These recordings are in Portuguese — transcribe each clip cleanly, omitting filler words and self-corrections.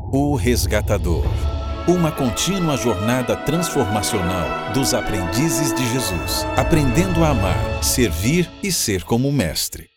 O Resgatador. Uma contínua jornada transformacional dos aprendizes de Jesus, aprendendo a amar, servir e ser como mestre.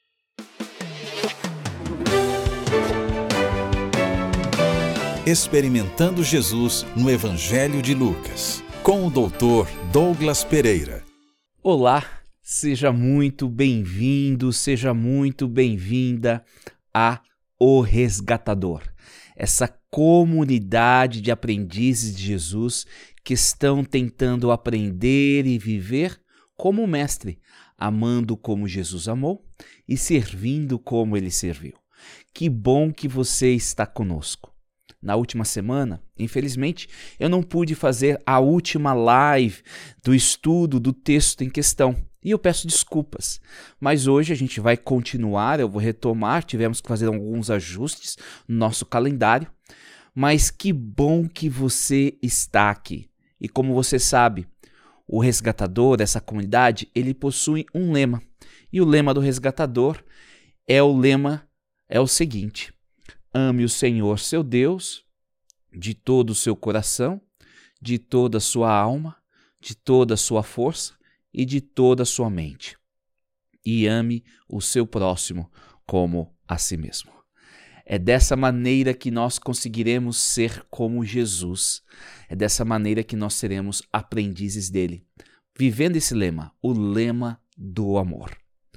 Experimentando Jesus no Evangelho de Lucas, com o Dr. Douglas Pereira. Olá, seja muito bem-vindo, seja muito bem-vinda a O Resgatador, essa comunidade de aprendizes de Jesus que estão tentando aprender e viver como mestre, amando como Jesus amou e servindo como ele serviu. Que bom que você está conosco. Na última semana, infelizmente, eu não pude fazer a última live do estudo do texto em questão. E eu peço desculpas. Mas hoje a gente vai continuar, eu vou retomar, tivemos que fazer alguns ajustes no nosso calendário. Mas que bom que você está aqui. E como você sabe, o Resgatador, essa comunidade, ele possui um lema. E o lema do Resgatador é o seguinte: ame o Senhor, seu Deus, de todo o seu coração, de toda a sua alma, de toda a sua força e de toda a sua mente. E ame o seu próximo como a si mesmo. É dessa maneira que nós conseguiremos ser como Jesus. É dessa maneira que nós seremos aprendizes dele. Vivendo esse lema, o lema do amor.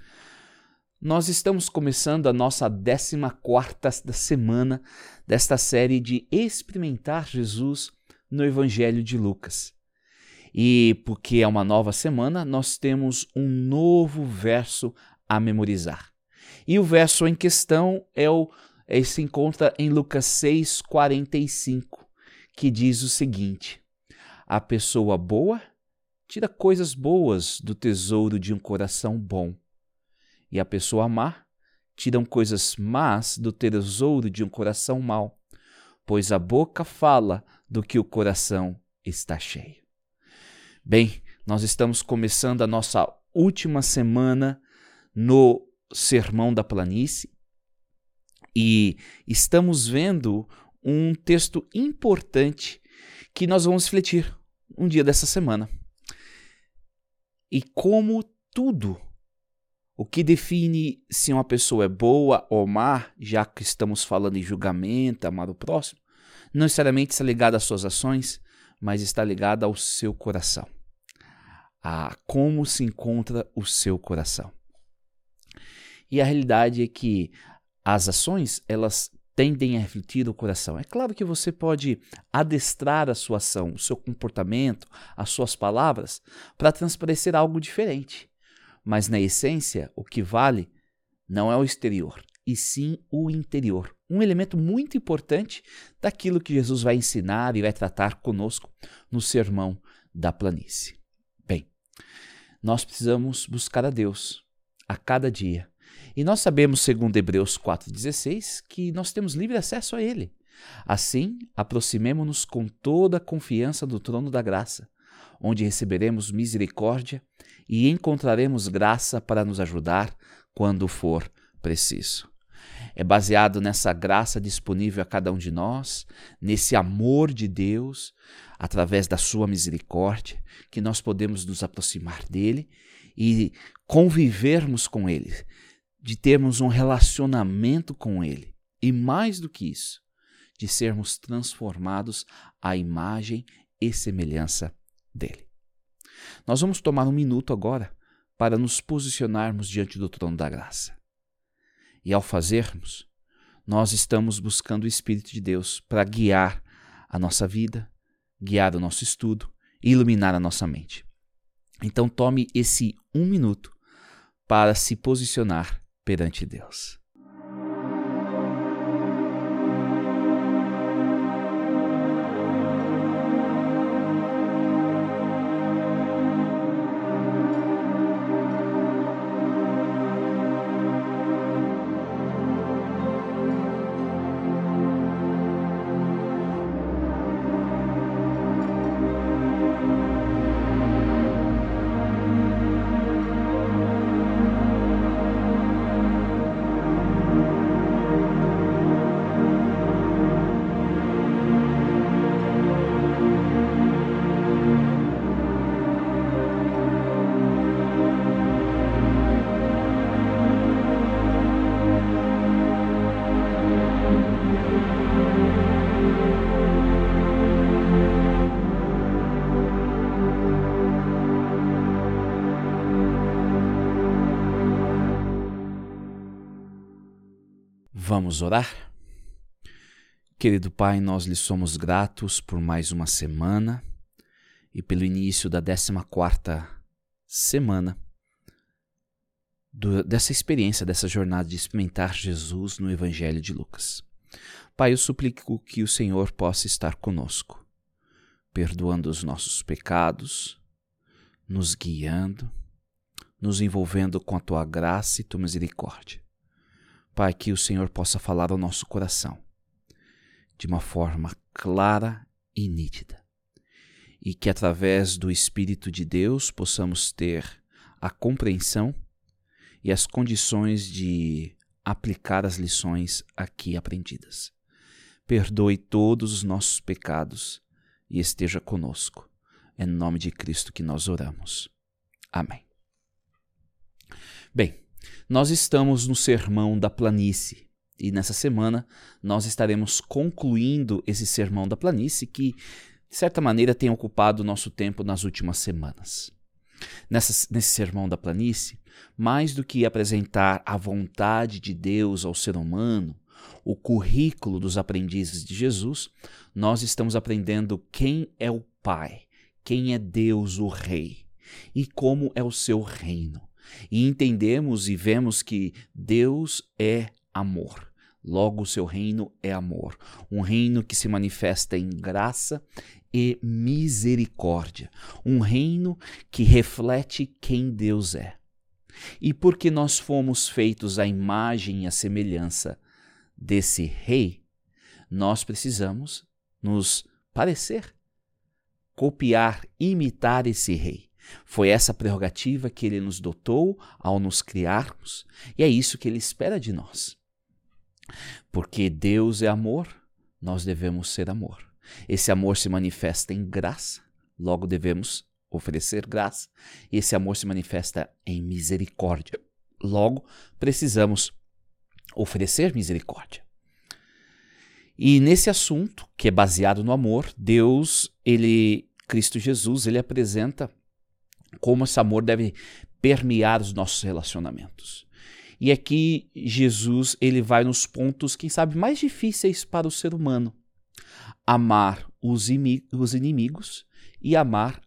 Nós estamos começando a nossa 14ª semana desta série de experimentar Jesus no Evangelho de Lucas. E porque é uma nova semana, nós temos um novo verso a memorizar. E o verso em questão se encontra em Lucas 6,45, que diz o seguinte: a pessoa boa tira coisas boas do tesouro de um coração bom. E a pessoa má tiram coisas más do tesouro de um coração mau, pois a boca fala do que o coração está cheio. Bem, nós estamos começando a nossa última semana no Sermão da Planície e estamos vendo um texto importante que nós vamos refletir um dia dessa semana. E como tudo o que define se uma pessoa é boa ou má, já que estamos falando em julgamento, amar o próximo, não necessariamente está ligado às suas ações, mas está ligado ao seu coração. A como se encontra o seu coração. E a realidade é que as ações, elas tendem a refletir o coração. É claro que você pode adestrar a sua ação, o seu comportamento, as suas palavras, para transparecer algo diferente. Mas, na essência, o que vale não é o exterior, e sim o interior. Um elemento muito importante daquilo que Jesus vai ensinar e vai tratar conosco no Sermão da Planície. Bem, nós precisamos buscar a Deus a cada dia. E nós sabemos, segundo Hebreus 4,16, que nós temos livre acesso a Ele. Assim, aproximemo-nos com toda a confiança do trono da graça, onde receberemos misericórdia e encontraremos graça para nos ajudar quando for preciso. É baseado nessa graça disponível a cada um de nós, nesse amor de Deus, através da sua misericórdia, que nós podemos nos aproximar dele e convivermos com ele, de termos um relacionamento com ele. E mais do que isso, de sermos transformados à imagem e semelhança dele. Nós vamos tomar um minuto agora para nos posicionarmos diante do trono da graça. E ao fazermos, nós estamos buscando o Espírito de Deus para guiar a nossa vida, guiar o nosso estudo e iluminar a nossa mente. Então tome esse 1 minuto para se posicionar perante Deus. Vamos orar? Querido Pai, nós lhe somos gratos por mais uma semana e pelo início da 14ª semana dessa experiência, dessa jornada de experimentar Jesus no Evangelho de Lucas. Pai, eu suplico que o Senhor possa estar conosco, perdoando os nossos pecados, nos guiando, nos envolvendo com a Tua graça e Tua misericórdia. Pai, que o Senhor possa falar ao nosso coração de uma forma clara e nítida. E que através do Espírito de Deus possamos ter a compreensão e as condições de aplicar as lições aqui aprendidas. Perdoe todos os nossos pecados e esteja conosco. É no nome de Cristo que nós oramos. Amém. Bem, nós estamos no Sermão da Planície e nessa semana nós estaremos concluindo esse Sermão da Planície que, de certa maneira, tem ocupado o nosso tempo nas últimas semanas. Nesse Sermão da Planície, mais do que apresentar a vontade de Deus ao ser humano, o currículo dos aprendizes de Jesus, nós estamos aprendendo quem é o Pai, quem é Deus, o Rei, e como é o seu reino. E entendemos e vemos que Deus é amor. Logo, o seu reino é amor. Um reino que se manifesta em graça e misericórdia. Um reino que reflete quem Deus é. E porque nós fomos feitos à imagem e à semelhança desse rei, nós precisamos nos parecer, copiar, imitar esse rei. Foi essa prerrogativa que ele nos dotou ao nos criarmos, e é isso que ele espera de nós. Porque Deus é amor, nós devemos ser amor. Esse amor se manifesta em graça, logo devemos oferecer graça. E esse amor se manifesta em misericórdia, logo precisamos oferecer misericórdia. E nesse assunto, que é baseado no amor, Deus, Cristo Jesus, ele apresenta como esse amor deve permear os nossos relacionamentos. E aqui Jesus, ele vai nos pontos, quem sabe, mais difíceis para o ser humano. Amar os inimigos e amar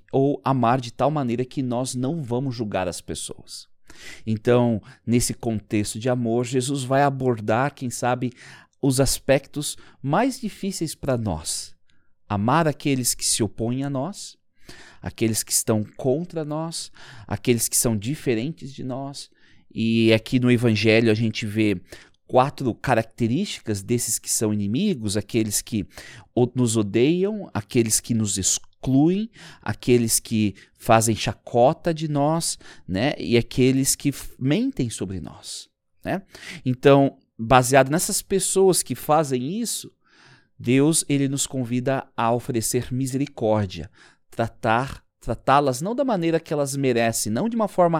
de tal maneira que nós não vamos julgar as pessoas. Então, nesse contexto de amor, Jesus vai abordar, quem sabe, os aspectos mais difíceis para nós. Amar aqueles que se opõem a nós, aqueles que estão contra nós, aqueles que são diferentes de nós. E aqui no Evangelho a gente vê 4 características desses que são inimigos: aqueles que nos odeiam, aqueles que nos excluem, aqueles que fazem chacota de nós, né? E aqueles que mentem sobre nós, né? Então, baseado nessas pessoas que fazem isso, Deus, ele nos convida a oferecer misericórdia, tratá-las não da maneira que elas merecem, não de uma forma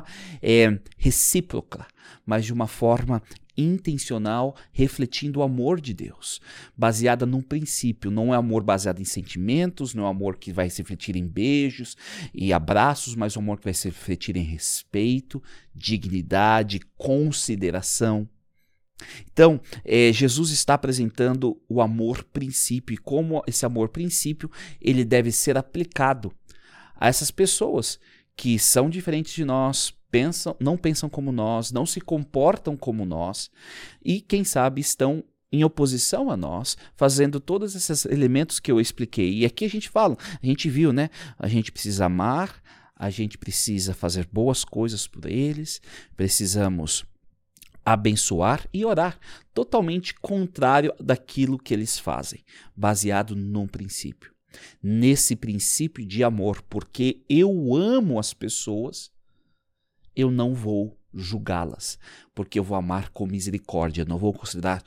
recíproca, mas de uma forma intencional, refletindo o amor de Deus, baseada num princípio. Não é amor baseado em sentimentos, não é amor que vai se refletir em beijos e abraços, mas um amor que vai se refletir em respeito, dignidade, consideração. Então, Jesus está apresentando o amor princípio e como esse amor princípio ele deve ser aplicado a essas pessoas que são diferentes de nós, não pensam como nós, não se comportam como nós e, quem sabe, estão em oposição a nós, fazendo todos esses elementos que eu expliquei. E aqui a gente viu, né? A gente precisa amar, a gente precisa fazer boas coisas por eles, precisamos abençoar e orar, totalmente contrário daquilo que eles fazem, baseado num princípio. Nesse princípio de amor, porque eu amo as pessoas, eu não vou julgá-las, porque eu vou amar com misericórdia, não vou considerar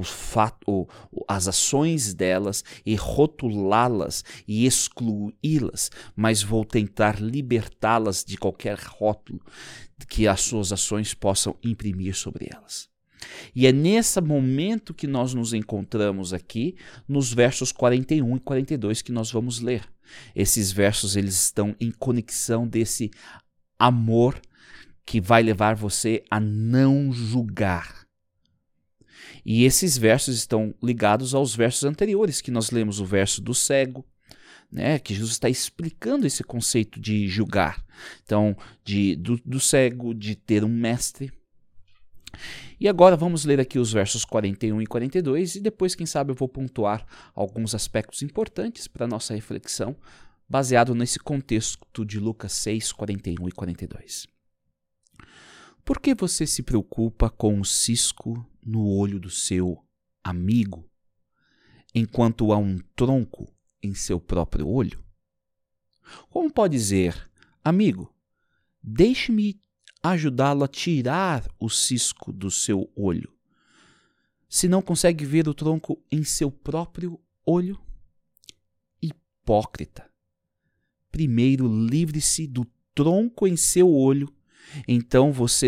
as ações delas e rotulá-las e excluí-las, mas vou tentar libertá-las de qualquer rótulo que as suas ações possam imprimir sobre elas. E é nesse momento que nós nos encontramos aqui, nos versos 41 e 42 que nós vamos ler. Esses versos eles estão em conexão desse amor que vai levar você a não julgar. E esses versos estão ligados aos versos anteriores, que nós lemos o verso do cego, né, que Jesus está explicando esse conceito de julgar. Então, do cego, de ter um mestre. E agora vamos ler aqui os versos 41 e 42 e depois, quem sabe, eu vou pontuar alguns aspectos importantes para a nossa reflexão, baseado nesse contexto de Lucas 6, 41 e 42. Por que você se preocupa com o cisco no olho do seu amigo, enquanto há um tronco em seu próprio olho? Como pode dizer, amigo, deixe-me ajudá-lo a tirar o cisco do seu olho, se não consegue ver o tronco em seu próprio olho? Hipócrita! Primeiro livre-se do tronco em seu olho, então você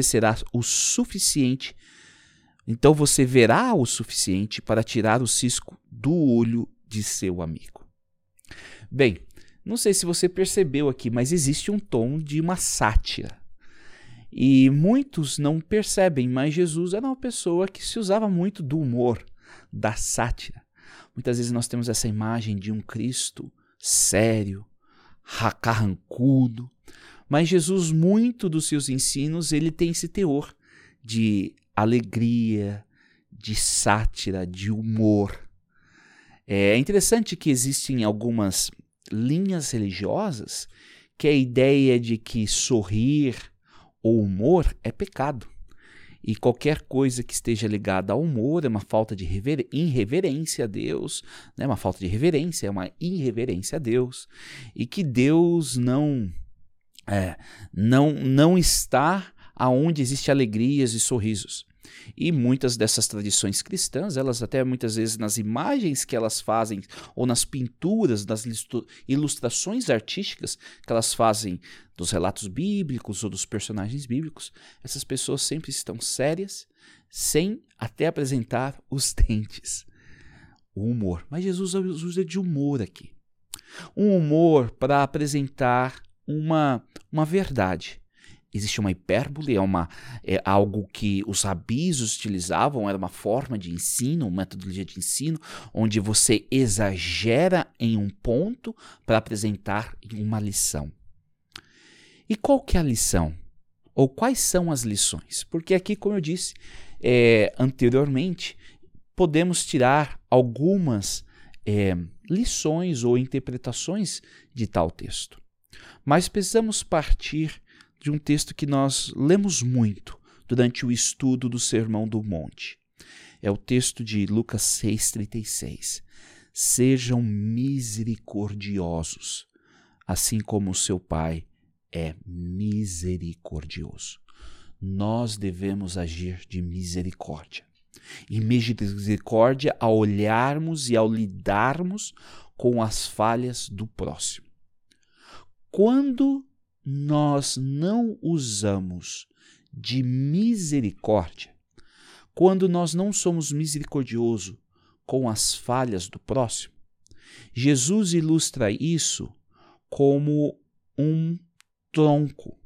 verá o suficiente para tirar o cisco do olho de seu amigo. Bem, não sei se você percebeu aqui, mas existe um tom de uma sátira. E muitos não percebem, mas Jesus era uma pessoa que se usava muito do humor, da sátira. Muitas vezes nós temos essa imagem de um Cristo sério, carrancudo, mas Jesus, muito dos seus ensinos, ele tem esse teor de alegria, de sátira, de humor. É interessante que existem algumas linhas religiosas que a ideia de que sorrir ou humor é pecado. E qualquer coisa que esteja ligada ao humor é uma falta de irreverência a Deus, né? Uma falta de reverência, é uma irreverência a Deus. E que Deus não está aonde existe alegrias e sorrisos. E muitas dessas tradições cristãs, elas até muitas vezes nas imagens que elas fazem, ou nas pinturas, nas ilustrações artísticas que elas fazem dos relatos bíblicos ou dos personagens bíblicos, essas pessoas sempre estão sérias, sem até apresentar os dentes. O humor. Mas Jesus usa de humor aqui. Um humor para apresentar uma verdade. Existe uma hipérbole, é algo que os rabis utilizavam, era uma forma de ensino, uma metodologia de ensino, onde você exagera em um ponto para apresentar uma lição. E qual que é a lição? Ou quais são as lições? Porque aqui, como eu disse anteriormente, podemos tirar algumas lições ou interpretações de tal texto. Mas precisamos partir de um texto que nós lemos muito durante o estudo do Sermão do Monte. É o texto de Lucas 6,36. Sejam misericordiosos, assim como o seu Pai é misericordioso. Nós devemos agir de misericórdia. E misericórdia ao olharmos e ao lidarmos com as falhas do próximo. Quando nós não usamos de misericórdia, quando nós não somos misericordiosos com as falhas do próximo, Jesus ilustra isso como um tronco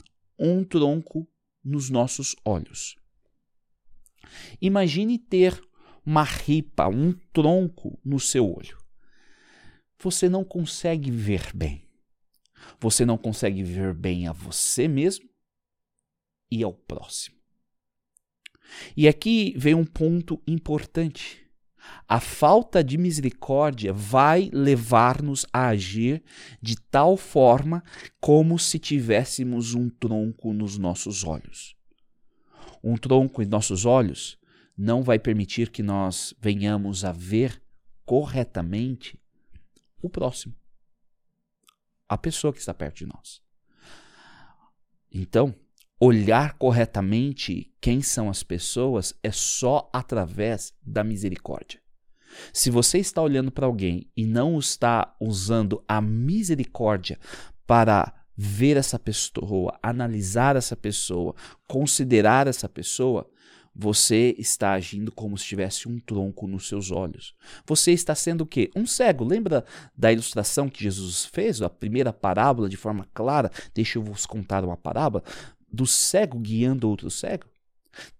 nos nossos olhos. Imagine ter uma ripa, um tronco no seu olho. Você não consegue ver bem. Você não consegue ver bem a você mesmo e ao próximo. E aqui vem um ponto importante. A falta de misericórdia vai levar-nos a agir de tal forma como se tivéssemos um tronco nos nossos olhos. Um tronco em nossos olhos não vai permitir que nós venhamos a ver corretamente o próximo. A pessoa que está perto de nós. Então, olhar corretamente quem são as pessoas é só através da misericórdia. Se você está olhando para alguém e não está usando a misericórdia para ver essa pessoa, analisar essa pessoa, considerar essa pessoa, você está agindo como se tivesse um tronco nos seus olhos. Você está sendo o quê? Um cego. Lembra da ilustração que Jesus fez? A primeira parábola, de forma clara. Deixa eu vos contar uma parábola do cego guiando outro cego.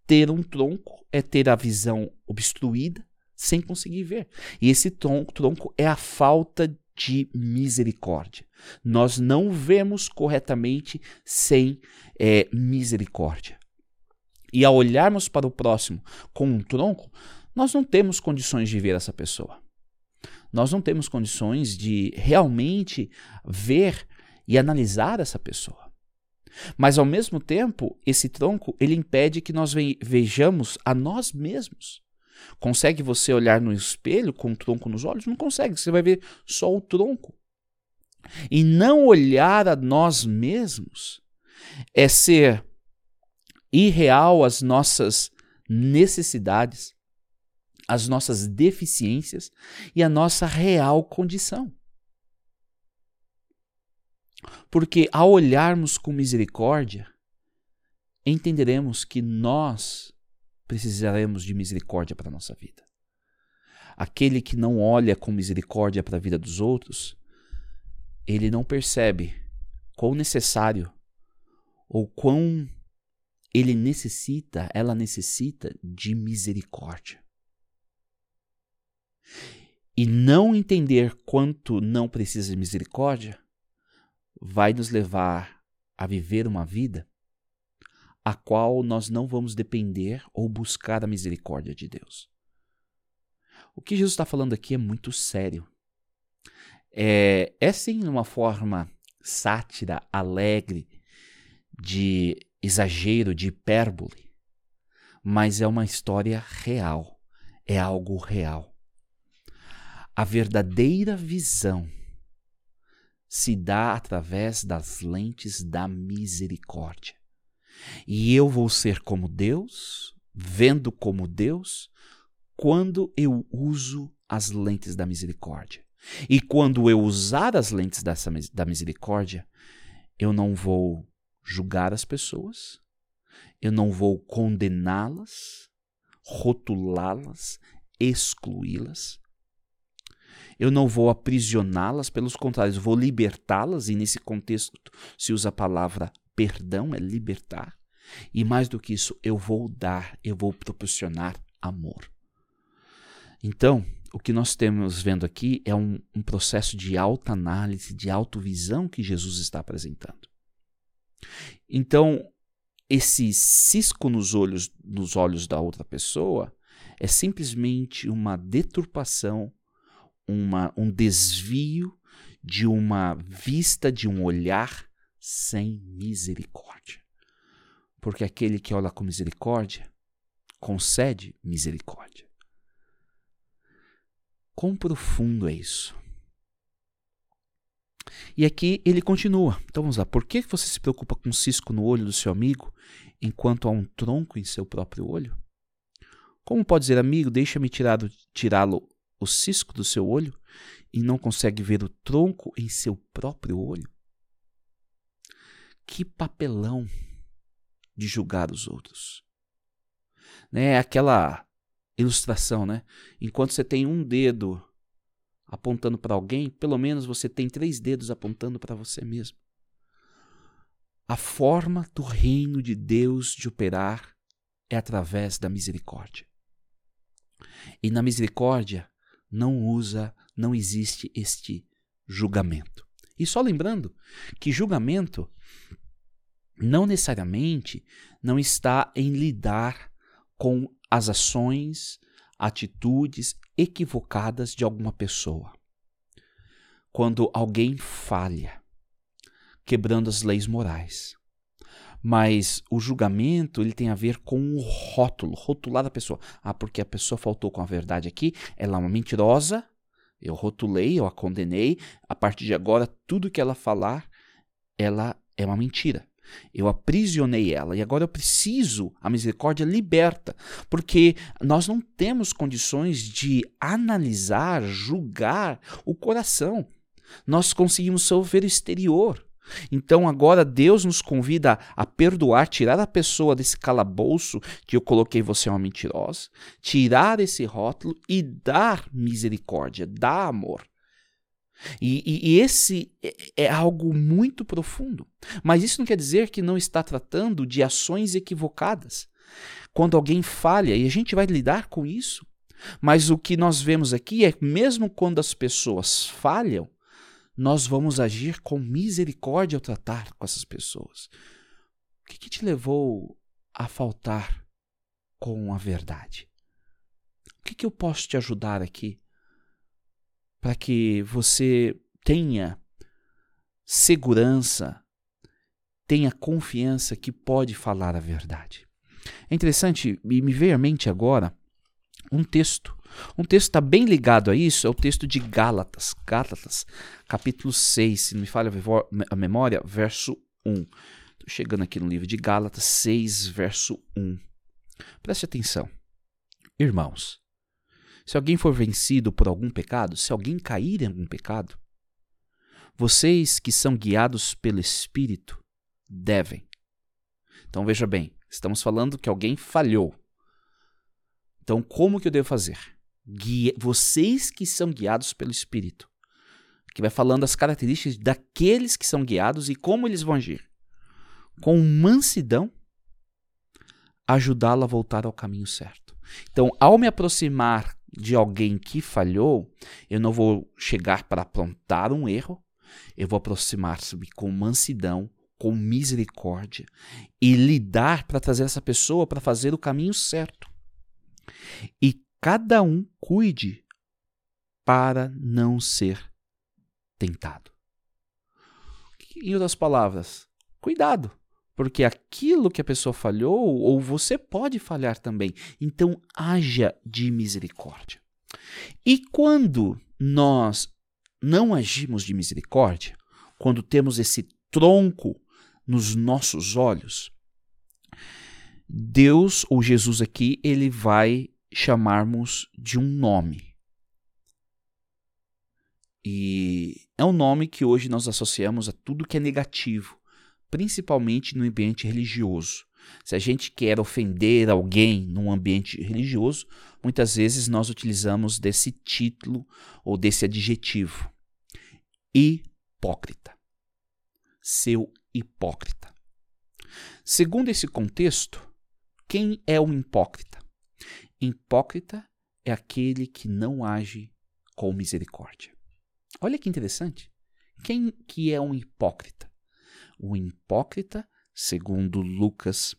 ter um tronco é ter a visão obstruída sem conseguir ver. E esse tronco é a falta de misericórdia. Nós não vemos corretamente sem misericórdia. E ao olharmos para o próximo com um tronco, nós não temos condições de ver essa pessoa. Nós não temos condições de realmente ver e analisar essa pessoa. Mas, ao mesmo tempo, esse tronco ele impede que nós vejamos a nós mesmos. Consegue você olhar no espelho com o tronco nos olhos? Não consegue, você vai ver só o tronco. E não olhar a nós mesmos é ser irreal às nossas necessidades, às nossas deficiências e à nossa real condição. Porque ao olharmos com misericórdia, entenderemos que nós precisaremos de misericórdia para a nossa vida. Aquele que não olha com misericórdia para a vida dos outros, ele não percebe quão necessário ou quão ela necessita de misericórdia. E não entender quanto não precisa de misericórdia vai nos levar a viver uma vida a qual nós não vamos depender ou buscar a misericórdia de Deus. O que Jesus está falando aqui é muito sério. É sim uma forma sátira, alegre, de exagero, de hipérbole, mas é uma história real, é algo real. A verdadeira visão se dá através das lentes da misericórdia. E eu vou ser como Deus, vendo como Deus, quando eu uso as lentes da misericórdia. E quando eu usar as lentes da misericórdia, eu não vou julgar as pessoas, eu não vou condená-las, rotulá-las, excluí-las. Eu não vou aprisioná-las, pelos contrários, vou libertá-las, e nesse contexto se usa a palavra perdão, é libertar. E mais do que isso, eu vou proporcionar amor. Então, o que nós temos vendo aqui é um processo de autoanálise, de autovisão que Jesus está apresentando. Então, esse cisco nos olhos da outra pessoa é simplesmente uma deturpação, um desvio de uma vista, de um olhar sem misericórdia. Porque aquele que olha com misericórdia concede misericórdia. Quão profundo é isso? E aqui ele continua. Então vamos lá. Por que você se preocupa com um cisco no olho do seu amigo enquanto há um tronco em seu próprio olho? Como pode dizer, amigo, deixa-me tirá-lo o cisco do seu olho e não consegue ver o tronco em seu próprio olho? Que papelão de julgar os outros. Né? Aquela ilustração, né? Enquanto você tem um dedo apontando para alguém, pelo menos você tem 3 dedos apontando para você mesmo. A forma do reino de Deus de operar é através da misericórdia. E na misericórdia não existe este julgamento. E só lembrando que julgamento não necessariamente não está em lidar com as ações, atitudes equivocadas de alguma pessoa. Quando alguém falha, quebrando as leis morais. Mas o julgamento ele tem a ver com o rótulo, rotular a pessoa. Porque a pessoa faltou com a verdade aqui, ela é uma mentirosa, eu rotulei, eu a condenei, a partir de agora tudo que ela falar, ela é uma mentira. Eu aprisionei ela e agora eu preciso, a misericórdia liberta, porque nós não temos condições de analisar, julgar o coração. Nós conseguimos só ver o exterior. Então agora Deus nos convida a perdoar, tirar a pessoa desse calabouço que eu coloquei, você é uma mentirosa, tirar esse rótulo e dar misericórdia, dar amor. E esse é algo muito profundo. Mas isso não quer dizer que não está tratando de ações equivocadas. Quando alguém falha, e a gente vai lidar com isso, mas o que nós vemos aqui é que mesmo quando as pessoas falham, nós vamos agir com misericórdia ao tratar com essas pessoas. O que te levou a faltar com a verdade? O que eu posso te ajudar aqui para que você tenha segurança, tenha confiança que pode falar a verdade? É interessante, e me veio à mente agora um texto. Um texto está bem ligado a isso, é o texto de Gálatas, capítulo 6, se não me falha a memória, verso 1. Estou chegando aqui no livro de Gálatas 6, verso 1. Preste atenção. Irmãos, se alguém for vencido por algum pecado, se alguém cair em algum pecado, vocês que são guiados pelo Espírito devem. Então veja bem, estamos falando que alguém falhou. Então como que eu devo fazer? Vocês que são guiados pelo Espírito. Que vai falando as características daqueles que são guiados e como eles vão agir. Com mansidão, ajudá-lo a voltar ao caminho certo. Então, ao me aproximar de alguém que falhou, eu não vou chegar para apontar um erro, eu vou aproximar-me com mansidão, com misericórdia e lidar para trazer essa pessoa para fazer o caminho certo. E cada um cuide para não ser tentado. Em outras palavras, cuidado, porque aquilo que a pessoa falhou, ou você pode falhar também. Então, haja de misericórdia. E quando nós não agimos de misericórdia, quando temos esse tronco nos nossos olhos, Deus, ou Jesus aqui, ele vai chamarmos de um nome. E é um nome que hoje nós associamos a tudo que é negativo, principalmente no ambiente religioso. Se a gente quer ofender alguém num ambiente religioso, muitas vezes nós utilizamos desse título ou desse adjetivo. Hipócrita. Seu hipócrita. Segundo esse contexto, quem é um hipócrita? Hipócrita é aquele que não age com misericórdia. Olha que interessante. Quem que é um hipócrita? O hipócrita, segundo Lucas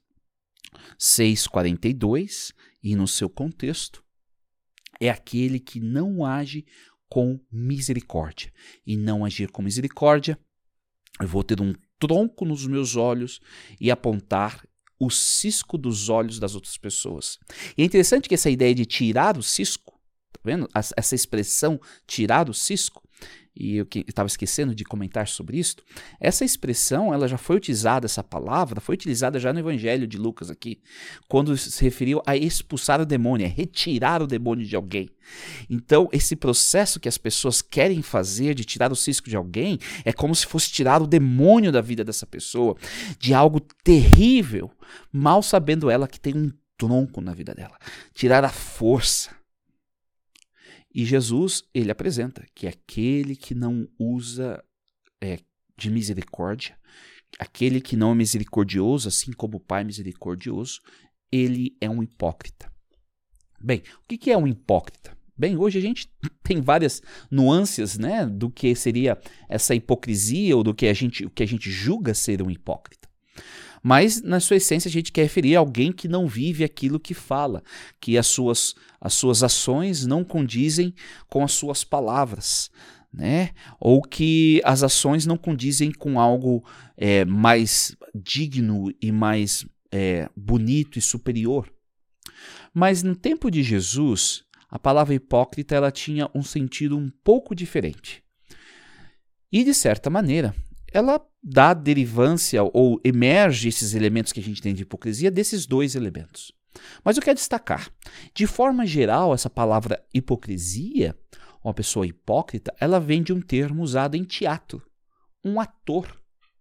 6,42, e no seu contexto, é aquele que não age com misericórdia. E não agir com misericórdia, eu vou ter um tronco nos meus olhos e apontar o cisco dos olhos das outras pessoas. E é interessante que essa ideia de tirar o cisco, tá vendo? Essa expressão tirar o cisco, e eu estava esquecendo de comentar sobre isso, essa expressão, ela já foi utilizada, essa palavra foi utilizada já no Evangelho de Lucas aqui, quando se referiu a expulsar o demônio, a retirar o demônio de alguém. Então, esse processo que as pessoas querem fazer de tirar o cisco de alguém, é como se fosse tirar o demônio da vida dessa pessoa, de algo terrível, mal sabendo ela que tem um tronco na vida dela, tirar a força. E Jesus, ele apresenta que aquele que não usa de misericórdia, aquele que não é misericordioso, assim como o Pai é misericordioso, ele é um hipócrita. Bem, o que é um hipócrita? Bem, hoje a gente tem várias nuances, né, do que seria essa hipocrisia ou do que a gente julga ser um hipócrita. Mas, na sua essência, a gente quer referir a alguém que não vive aquilo que fala, que as suas ações não condizem com as suas palavras, né? Ou que as ações não condizem com algo mais digno e mais bonito e superior. Mas, no tempo de Jesus, a palavra hipócrita ela tinha um sentido um pouco diferente. E, de certa maneira, ela dá derivância ou emerge esses elementos que a gente tem de hipocrisia desses dois elementos. Mas eu quero destacar, de forma geral, essa palavra hipocrisia, uma pessoa hipócrita, ela vem de um termo usado em teatro, um ator.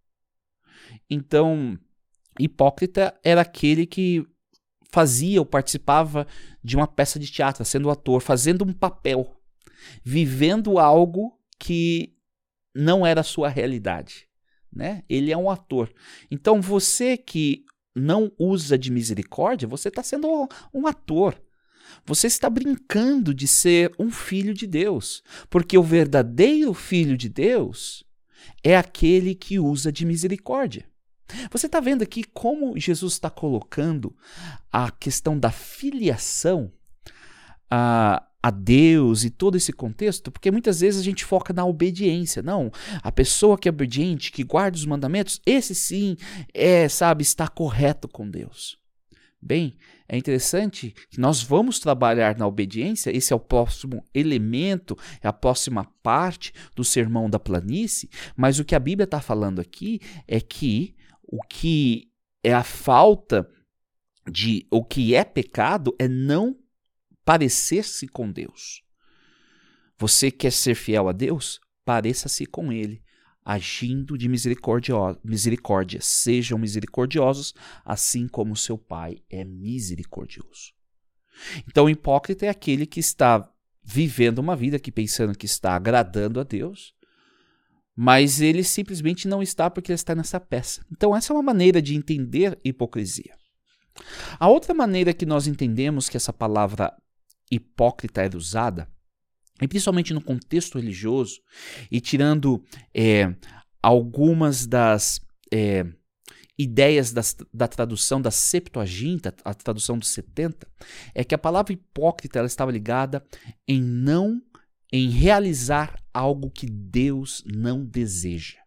Então, hipócrita era aquele que fazia ou participava de uma peça de teatro, sendo ator, fazendo um papel, vivendo algo que não era a sua realidade, né? Ele é um ator. Então você que não usa de misericórdia, você está sendo um ator. Você está brincando de ser um filho de Deus, porque o verdadeiro filho de Deus é aquele que usa de misericórdia. Você está vendo aqui como Jesus está colocando a questão da filiação a Deus e todo esse contexto, porque muitas vezes a gente foca na obediência. Não, a pessoa que é obediente, que guarda os mandamentos, esse sim está correto com Deus. Bem, é interessante que nós vamos trabalhar na obediência, esse é o próximo elemento, é a próxima parte do Sermão da Planície, mas o que a Bíblia está falando aqui é que o que é a falta de, o que é pecado é não parecer-se com Deus. Você quer ser fiel a Deus? Pareça-se com Ele, agindo de misericórdia. Sejam misericordiosos, assim como seu Pai é misericordioso. Então, o hipócrita é aquele que está vivendo uma vida que pensando que está agradando a Deus, mas ele simplesmente não está porque ele está nessa peça. Então, essa é uma maneira de entender hipocrisia. A outra maneira que nós entendemos que essa palavra hipócrita era usada, e principalmente no contexto religioso, e tirando algumas das ideias da tradução da Septuaginta, a tradução dos 70, é que a palavra hipócrita ela estava ligada em realizar algo que Deus não deseja.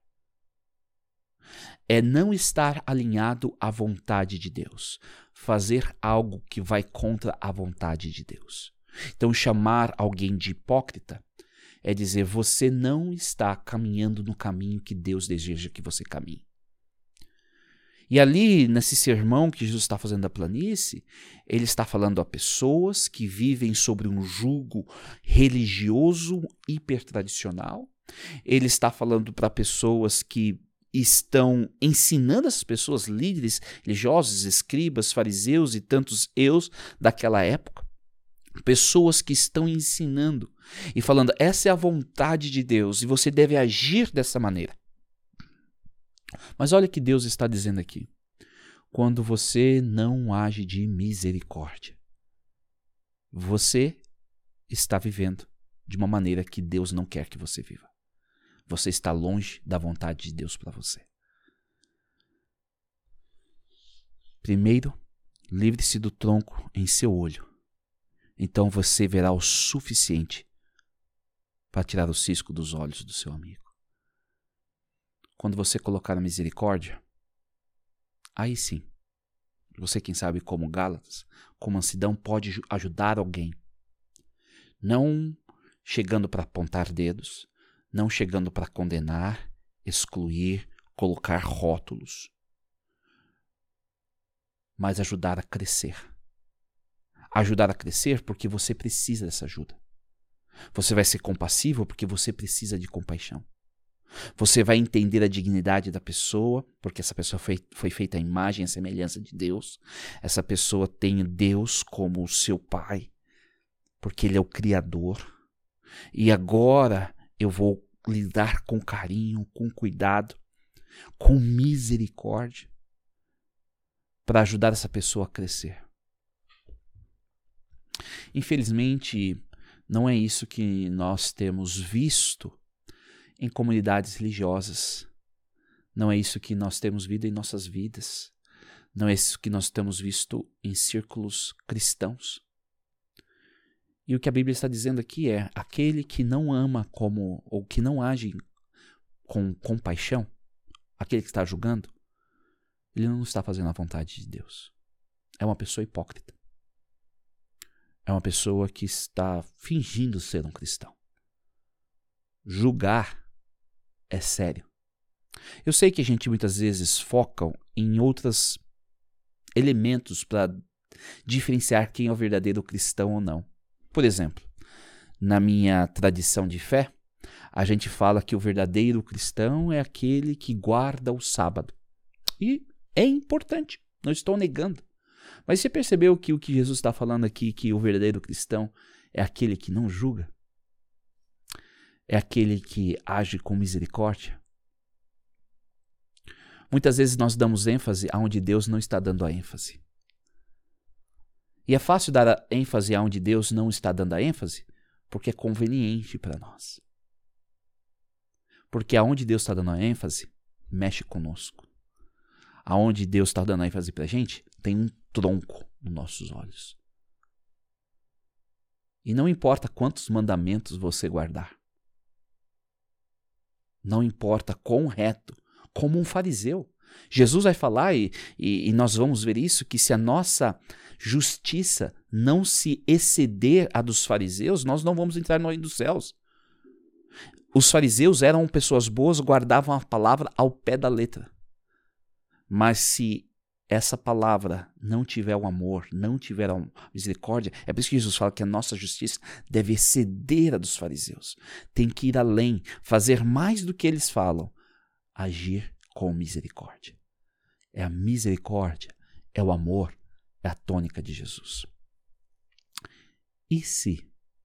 É não estar alinhado à vontade de Deus. Fazer algo que vai contra a vontade de Deus. Então, chamar alguém de hipócrita é dizer, você não está caminhando no caminho que Deus deseja que você caminhe. E ali, nesse sermão que Jesus está fazendo da planície, ele está falando a pessoas que vivem sobre um jugo religioso hipertradicional. Ele está falando para pessoas que estão ensinando essas pessoas, líderes religiosos, escribas, fariseus e tantos eus daquela época. Pessoas que estão ensinando e falando, essa é a vontade de Deus e você deve agir dessa maneira. Mas olha o que Deus está dizendo aqui. Quando você não age de misericórdia, você está vivendo de uma maneira que Deus não quer que você viva. Você está longe da vontade de Deus para você. Primeiro, livre-se do tronco em seu olho. Então você verá o suficiente para tirar o cisco dos olhos do seu amigo. Quando você colocar a misericórdia, aí sim, você quem sabe como Gálatas, com mansidão pode ajudar alguém. Não chegando para apontar dedos, não chegando para condenar, excluir, colocar rótulos, mas ajudar a crescer. Ajudar a crescer porque você precisa dessa ajuda. Você vai ser compassivo porque você precisa de compaixão. Você vai entender a dignidade da pessoa, porque essa pessoa foi feita à imagem e à semelhança de Deus. Essa pessoa tem Deus como o seu Pai, porque Ele é o Criador. E agora eu vou lidar com carinho, com cuidado, com misericórdia, para ajudar essa pessoa a crescer. Infelizmente, não é isso que nós temos visto em comunidades religiosas. Não é isso que nós temos visto em nossas vidas. Não é isso que nós temos visto em círculos cristãos. E o que a Bíblia está dizendo aqui é, aquele que não ama como, ou que não age com compaixão, aquele que está julgando, ele não está fazendo a vontade de Deus. É uma pessoa hipócrita. É uma pessoa que está fingindo ser um cristão. Julgar é sério. Eu sei que a gente muitas vezes foca em outros elementos para diferenciar quem é o verdadeiro cristão ou não. Por exemplo, na minha tradição de fé, a gente fala que o verdadeiro cristão é aquele que guarda o sábado. E é importante, não estou negando. Mas você percebeu que o que Jesus está falando aqui, que o verdadeiro cristão é aquele que não julga? É aquele que age com misericórdia? Muitas vezes nós damos ênfase aonde Deus não está dando a ênfase. E é fácil dar a ênfase aonde Deus não está dando a ênfase, porque é conveniente para nós. Porque aonde Deus está dando a ênfase, mexe conosco. Aonde Deus está dando a ênfase para a gente, tem um tronco nos nossos olhos. E não importa quantos mandamentos você guardar. Não importa quão reto, como um fariseu. Jesus vai falar, e nós vamos ver isso, que se a nossa justiça não se exceder a dos fariseus, nós não vamos entrar no reino dos céus. Os fariseus eram pessoas boas, guardavam a palavra ao pé da letra. Mas se essa palavra não tiver o amor, não tiver a misericórdia, é por isso que Jesus fala que a nossa justiça deve exceder a dos fariseus. Tem que ir além, fazer mais do que eles falam, agir com misericórdia. É a misericórdia, é o amor, é a tônica de Jesus. E se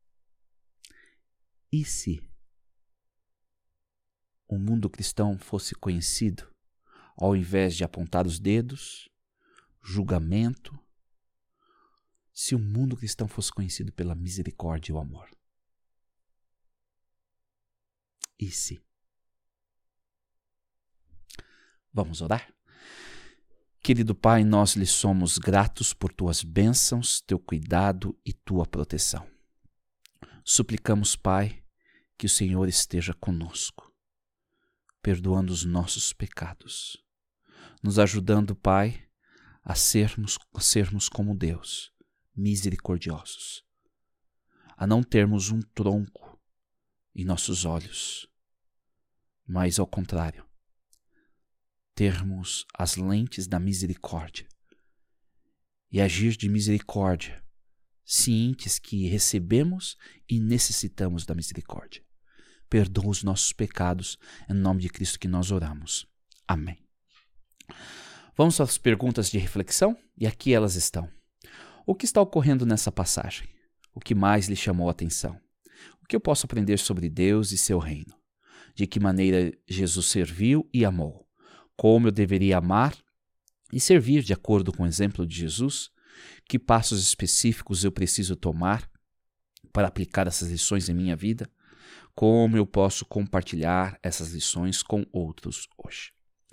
o mundo cristão fosse conhecido, ao invés de apontar os dedos, julgamento, se o mundo cristão fosse conhecido pela misericórdia e o amor? E se? Vamos orar? Querido Pai, nós lhe somos gratos por tuas bênçãos, teu cuidado e tua proteção. Suplicamos, Pai, que o Senhor esteja conosco, perdoando os nossos pecados, nos ajudando, Pai, a sermos como Deus, misericordiosos, a não termos um tronco em nossos olhos, mas ao contrário, termos as lentes da misericórdia e agir de misericórdia, cientes que recebemos e necessitamos da misericórdia. Perdoa os nossos pecados, em nome de Cristo que nós oramos. Amém. Vamos às perguntas de reflexão? E aqui elas estão. O que está ocorrendo nessa passagem? O que mais lhe chamou a atenção? O que eu posso aprender sobre Deus e seu reino? De que maneira Jesus serviu e amou? Como eu deveria amar e servir de acordo com o exemplo de Jesus? Que passos específicos eu preciso tomar para aplicar essas lições em minha vida? Como eu posso compartilhar essas lições com outros hoje?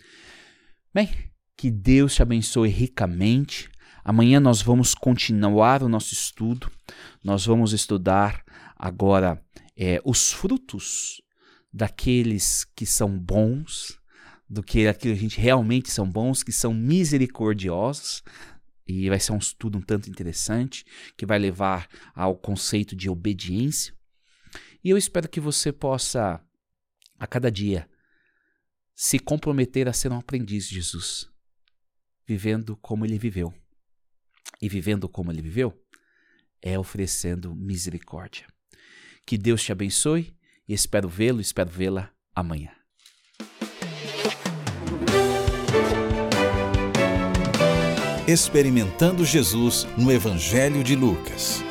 Bem, que Deus te abençoe ricamente. Amanhã nós vamos continuar o nosso estudo. Nós vamos estudar agora os frutos daqueles que são bons, do que aquilo que a gente realmente são bons, que são misericordiosos. E vai ser um estudo um tanto interessante, que vai levar ao conceito de obediência. E eu espero que você possa, a cada dia, se comprometer a ser um aprendiz de Jesus, vivendo como ele viveu. E vivendo como ele viveu, é oferecendo misericórdia. Que Deus te abençoe e espero vê-la amanhã. Experimentando Jesus no Evangelho de Lucas.